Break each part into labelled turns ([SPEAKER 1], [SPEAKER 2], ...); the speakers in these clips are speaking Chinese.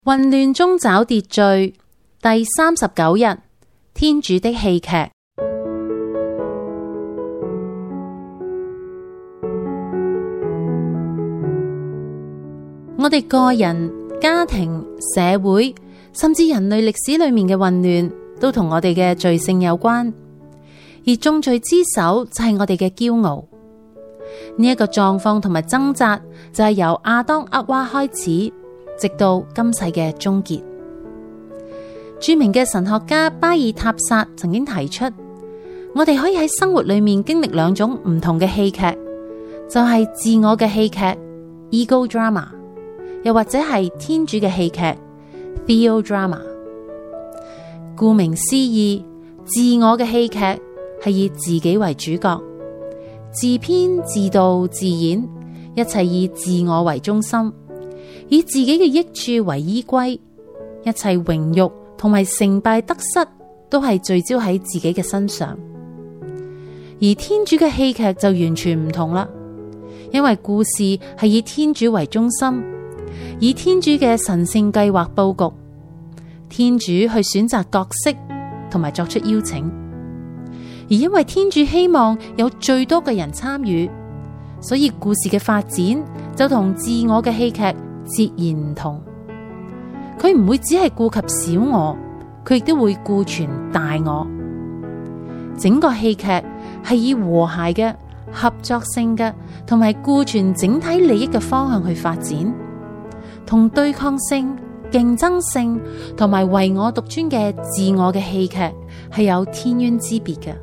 [SPEAKER 1] 混亂中找秩序，第39日，天主的戲劇。我哋個人、家庭、社會，甚至人類歷史裏面嘅混亂，都同我哋嘅罪性有關。而眾罪之首就係我哋嘅驕傲。呢一個狀況同埋掙扎，就係由亞當厄娃開始，直到今世嘅終結。著名嘅神學家巴爾塔薩曾經提出，我哋可以喺生活裏面經歷兩種唔同嘅戲劇，就係自我嘅戲劇 Ego Drama， 又或者係天主嘅戲劇 Theo Drama。 顧名思義，自我嘅戲劇係以自己為主角，自編自導自演，一切以自我為中心，以自己嘅益處為依歸，一切榮辱同埋成敗得失都係聚焦喺自己嘅身上。而天主嘅戲劇就完全唔同啦，因為故事係以天主為中心，以天主嘅神聖計劃佈局，天主去選擇角色同埋作出邀請。而因為天主希望有最多嘅人參與，所以故事嘅發展就同自我嘅戲劇截然唔同。佢唔會只係顧及小我，佢亦都會顧全大我。整個戲劇係以和諧嘅、合作性嘅同埋顧全整體利益嘅方向去發展，同對抗性、競爭性同埋唯我獨尊嘅自我嘅戲劇係有天淵之別嘅。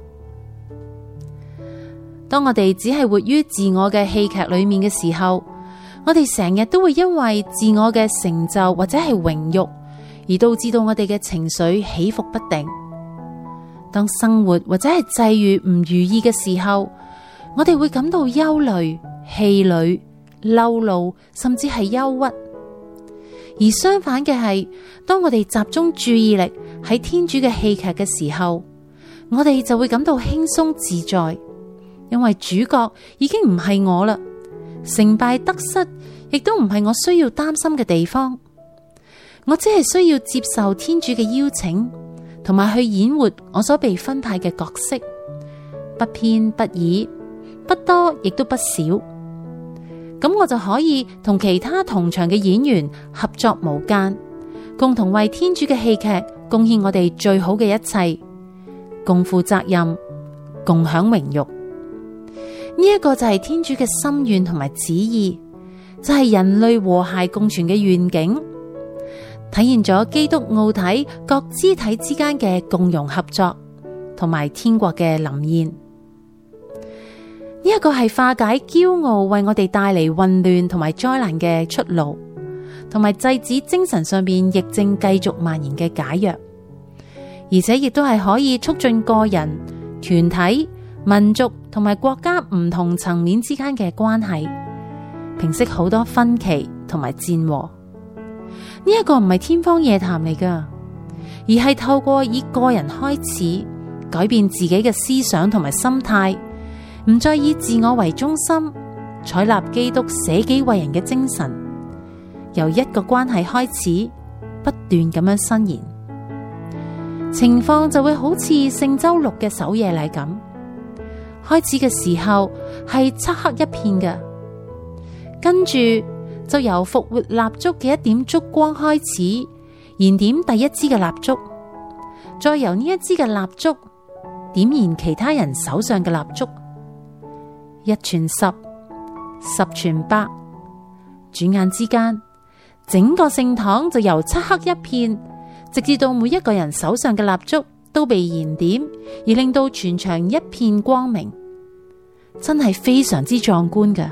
[SPEAKER 1] 當我哋只係活於自我嘅戲劇裏面嘅時候，我哋成日都會因為自我嘅成就或者係榮辱，而導致到我哋嘅情緒起伏不定。當生活或者係際遇唔如意嘅時候，我哋會感到憂慮、氣餒、嬲怒，甚至係憂鬱。而相反嘅係，當我哋集中注意力喺天主嘅戲劇嘅時候，我哋就會感到輕鬆自在，因為主角已經唔係我啦。成敗得失亦都唔係我需要擔心嘅地方，我只係需要接受天主嘅邀請，同埋去演活我所被分派嘅角色，不偏不倚，不多亦都不少。咁我就可以同其他同場嘅演員合作無間，共同為天主嘅戲劇貢獻我哋最好嘅一切，共負責任，共享榮辱。呢一個就係天主嘅心願同埋旨意，就係人類和諧共存嘅願景，體現咗基督奧體各肢體之間嘅共融合作，同埋天國嘅臨現。呢一個係化解驕傲為我哋帶嚟混亂同埋災難嘅出路，同埋制止精神上邊疫症繼續蔓延嘅解藥，而且亦都係可以促進個人、團體、民族同埋國家唔同層面之間嘅關係，平息好多分歧同埋戰禍。呢一個唔係天方夜譚嚟㗎，而係透過以個人開始改變自己嘅思想同埋心態，唔再以自我為中心，採納基督捨己為人嘅精神，由一個關係開始，不斷咁樣伸延。情況就會好似聖週六嘅守夜禮咁。開始嘅時候係漆黑一片嘅，跟住就由復活蠟燭嘅一點燭光開始，燃點第一支嘅蠟燭，再由呢一支嘅蠟燭點燃其他人手上嘅蠟燭，一傳十，十傳百，轉眼之間，整個聖堂就由漆黑一片，直至到每一個人手上嘅蠟燭都被燃點，而令到全場一片光明，真係非常之壯觀㗎。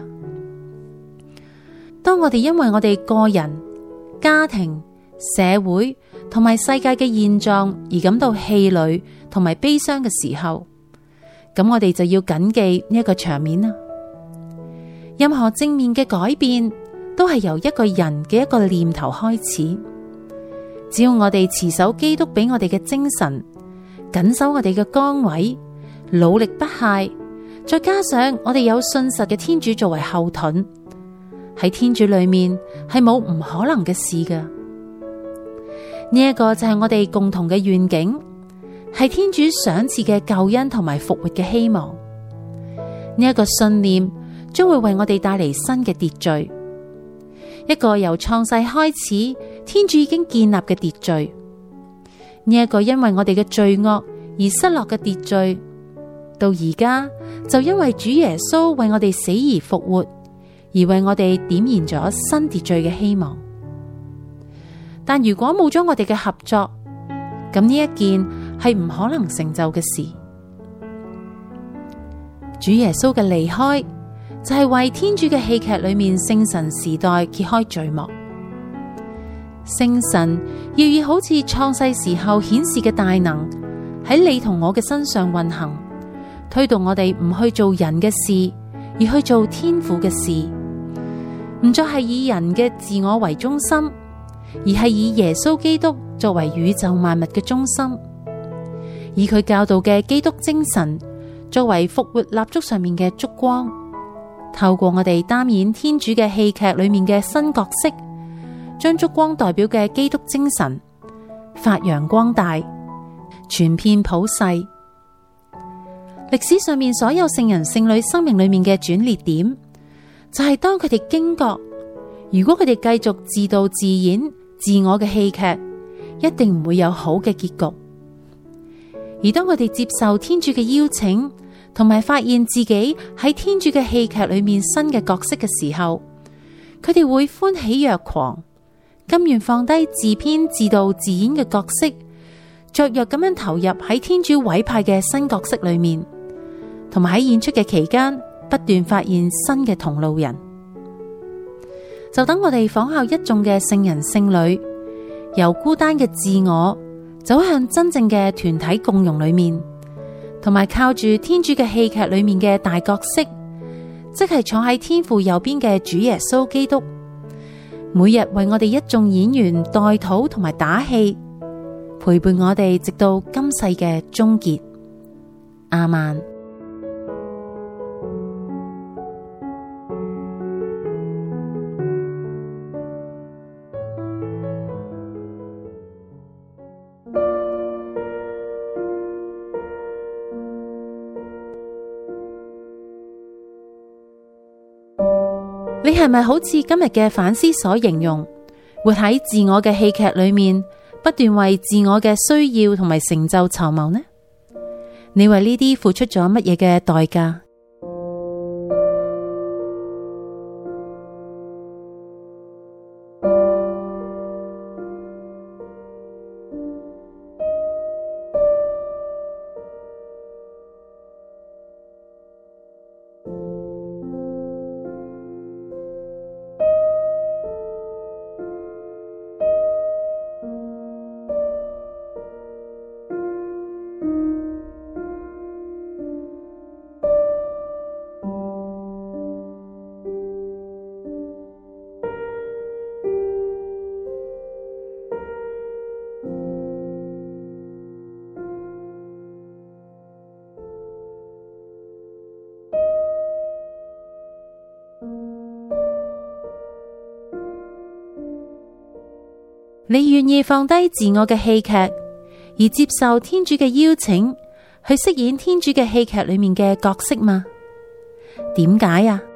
[SPEAKER 1] 當我哋因為我哋個人、家庭、社會同埋世界嘅現狀而感到氣餒同埋悲傷嘅時候，咁我哋就要謹記呢一個場面啦。任何正面嘅改變都係由一個人嘅一個念頭開始。只要我哋持守基督俾我哋嘅精神，緊守我哋嘅崗位，努力不懈，再加上我哋有信實嘅天主作為後盾，喺天主裏面係冇唔可能嘅事㗎。 呢一個就係我哋共同嘅願景，係天主賞賜嘅救恩同埋復活嘅希望。呢一個信念將會為我哋帶嚟新嘅秩序，一個由創世開始天主已經建立嘅秩序。呢一個因為我哋嘅罪惡而失落嘅秩序，到而家就因為主耶穌為我哋死而復活，而為我哋點燃咗新秩序嘅希望。但如果冇咗我哋嘅合作，咁呢一件係唔可能成就嘅事。主耶穌嘅離開就係為天主嘅戲劇裏面聖神時代揭開序幕。聖神要以好似創世時候顯示嘅大能喺你同我嘅身上運行，推動我哋唔去做人嘅事，而去做天父嘅事，唔再係以人嘅自我為中心，而係以耶穌基督作為宇宙萬物嘅中心，以佢教導嘅基督精神作為復活蠟燭上面嘅燭光，透過我哋擔演天主嘅戲劇裏面嘅新角色，將燭光代表嘅基督精神發揚光大，傳遍普世。歷史上面所有聖人聖女生命裏面嘅轉捩點，就係當佢哋驚覺，如果佢哋繼續自導自演自我嘅戲劇，一定唔會有好嘅結局。而當佢哋接受天主嘅邀請，同埋發現自己喺天主嘅戲劇裏面新嘅角色嘅時候，佢哋會歡喜若狂，甘願放低自編自導自演嘅角色，雀躍咁樣投入喺天主委派嘅新角色裏面，同埋喺演出嘅期間不斷發現新嘅同路人。就等我哋仿效一眾嘅聖人聖女，由孤單嘅自我走向真正嘅團體共融裏面，同埋靠住天主嘅戲劇裏面嘅大角色，即係坐喺天父右邊嘅主耶穌基督，每日為我哋一眾演員代禱同埋打氣，陪伴我哋直到今世嘅終結。阿們。你係咪好似今日嘅反思所形容，活喺自我嘅戲劇裏面，不斷為自我嘅需要同埋成就籌謀呢？你為呢啲付出咗乜嘢嘅代價？你願意放低自我嘅戲劇，而接受天主嘅邀請，去飾演天主嘅戲劇裏面嘅角色嗎？點解啊？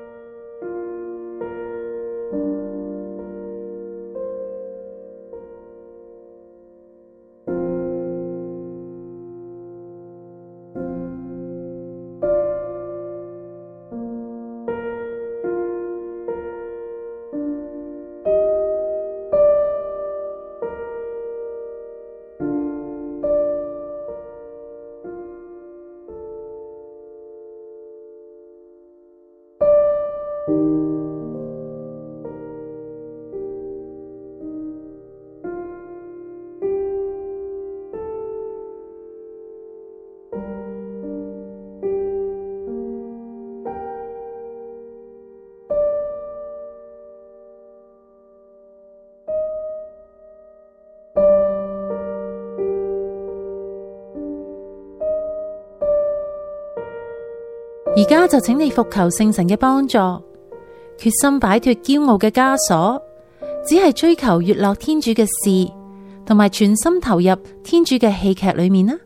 [SPEAKER 1] 而家就請你伏求聖神嘅幫助，決心擺脫驕傲嘅枷鎖，只係追求悅樂天主嘅事， 同埋全心投入天主嘅戲劇裏面啦。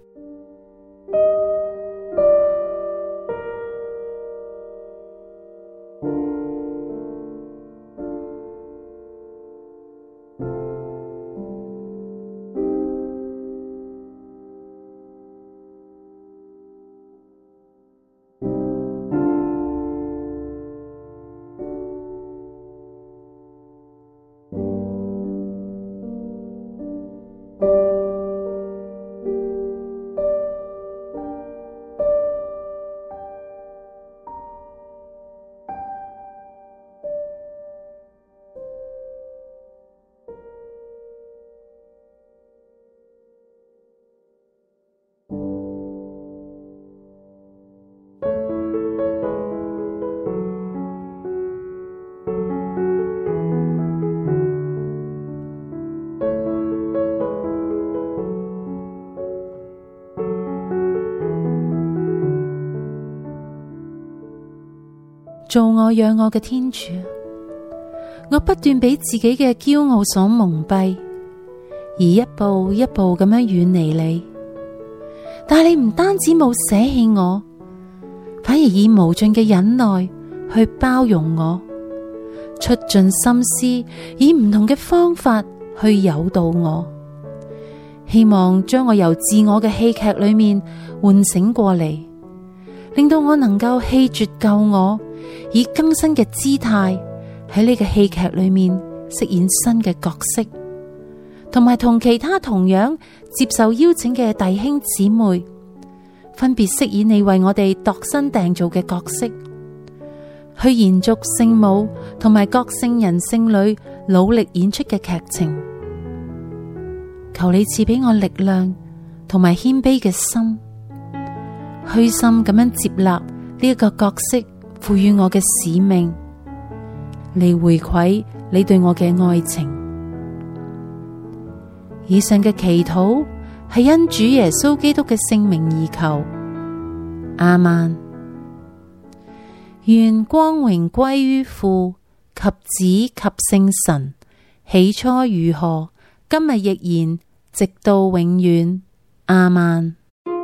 [SPEAKER 1] 做我養我嘅天主，我不斷俾自己嘅驕傲所蒙蔽，而一步一步咁樣遠離你。但係你唔單止冇捨棄我，反而以無盡嘅忍耐去包容我，出盡心思，以唔同嘅方法去誘導我，希望將我由自我嘅戲劇裏面喚醒過嚟，令到我能夠棄絕舊我，以更新嘅姿態喺呢個戲劇裏面飾演新嘅角色，同埋同其他同樣接受邀請嘅弟兄姊妹，分別飾演你為我哋度身訂造嘅角色，去延續聖母同埋各聖人聖女努力演出嘅劇情。求你賜俾我力量同埋謙卑嘅心，虛心咁樣接納呢一個角色賦予我嘅使命，嚟回饋你對我嘅愛情。以上嘅祈禱係因主耶穌基督嘅聖名而求，阿們。願光榮歸於父及子及聖神，起初如何，今日亦然，直到永遠，阿們。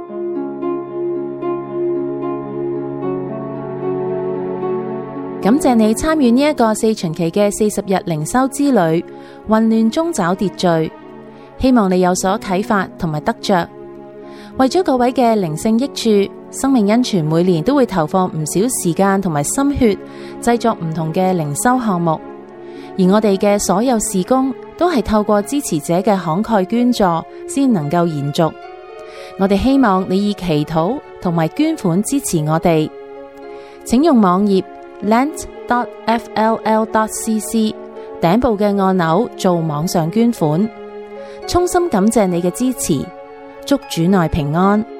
[SPEAKER 1] 感謝你參與呢一個四旬期嘅40日靈修之旅，混亂中找秩序。希望你有所啟發同埋得着。為咗各位嘅靈性益處，生命恩泉每年都會投放唔少時間同埋心血，製作唔同嘅靈修項目。而我哋嘅所有事工都係透過支持者嘅慷慨捐助先能夠延續。我哋希望你以祈禱同埋捐款支持我哋。請用網頁lent.fll.cc 頂部嘅按鈕做網上捐款，衷心感謝你嘅支持，祝主內平安。